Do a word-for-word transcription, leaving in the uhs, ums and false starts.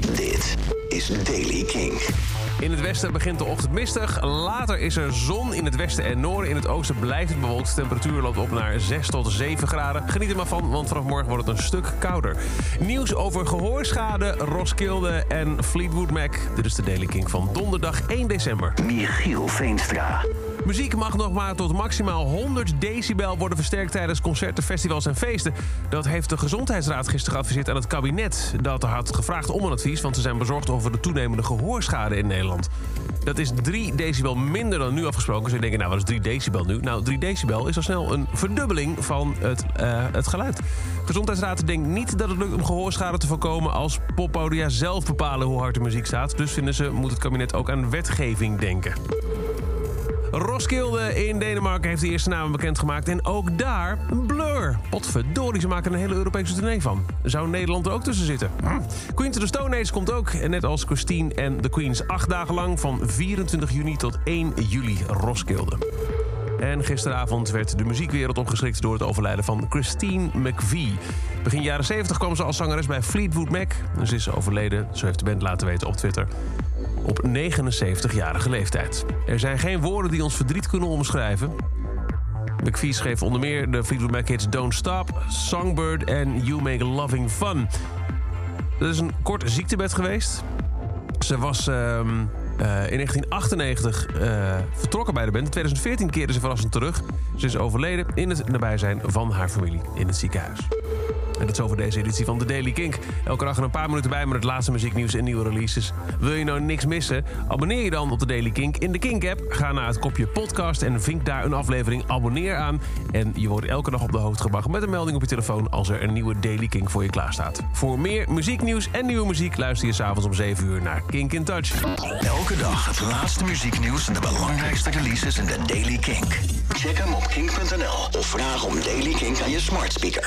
Dit is Daily King. In het westen begint de ochtend mistig. Later is er zon in het westen en noorden. In het oosten blijft het bewolkt. De temperatuur loopt op naar zes tot zeven graden. Geniet er maar van, want vanaf morgen wordt het een stuk kouder. Nieuws over gehoorschade, Roskilde en Fleetwood Mac. Dit is de Daily King van donderdag één december. Michiel Veenstra. Muziek mag nog maar tot maximaal honderd decibel worden versterkt tijdens concerten, festivals en feesten. Dat heeft de Gezondheidsraad gisteren geadviseerd aan het kabinet. Dat had gevraagd om een advies, want ze zijn bezorgd over de toenemende gehoorschade in Nederland. Dat is drie decibel minder dan nu afgesproken. Dus je denkt, nou, wat is drie decibel nu? Nou, drie decibel is al snel een verdubbeling van het, uh, het geluid. Gezondheidsraad denkt niet dat het lukt om gehoorschade te voorkomen als poppodia zelf bepalen hoe hard de muziek staat. Dus vinden ze, moet het kabinet ook aan wetgeving denken. Roskilde in Denemarken heeft de eerste namen bekendgemaakt. En ook daar Blur. Potverdorie, ze maken een hele Europese tournee van. Zou Nederland er ook tussen zitten? Hm. Queens of the Stone Age komt ook. En net als Christine en The Queens. Acht dagen lang van vierentwintig juni tot één juli Roskilde. En gisteravond werd de muziekwereld opgeschrikt door het overlijden van Christine McVie. Begin jaren zeventig kwam ze als zangeres bij Fleetwood Mac. Ze is overleden, zo heeft de band laten weten op Twitter, op negenenzeventigjarige leeftijd. Er zijn geen woorden die ons verdriet kunnen omschrijven. McVie schreef onder meer de Fleetwood Mac hits Don't Stop, Songbird en You Make Loving Fun. Dat is een kort ziektebed geweest. Ze was uh, uh, in negentien achtennegentig uh, vertrokken bij de band. In tweeduizend veertien keerde ze verrassend terug. Ze is overleden in het nabijzijn van haar familie in het ziekenhuis. En dat is over deze editie van The Daily Kink. Elke dag er een paar minuten bij met het laatste muzieknieuws en nieuwe releases. Wil je nou niks missen? Abonneer je dan op The Daily Kink in de Kink-app. Ga naar het kopje podcast en vink daar een aflevering abonneer aan. En je wordt elke dag op de hoogte gebracht met een melding op je telefoon als er een nieuwe Daily Kink voor je klaarstaat. Voor meer muzieknieuws en nieuwe muziek luister je 's avonds om zeven uur naar Kink in Touch. Elke dag het laatste muzieknieuws en de belangrijkste releases in de Daily Kink. Check hem op kink punt n l of vraag om Daily Kink aan je smart speaker.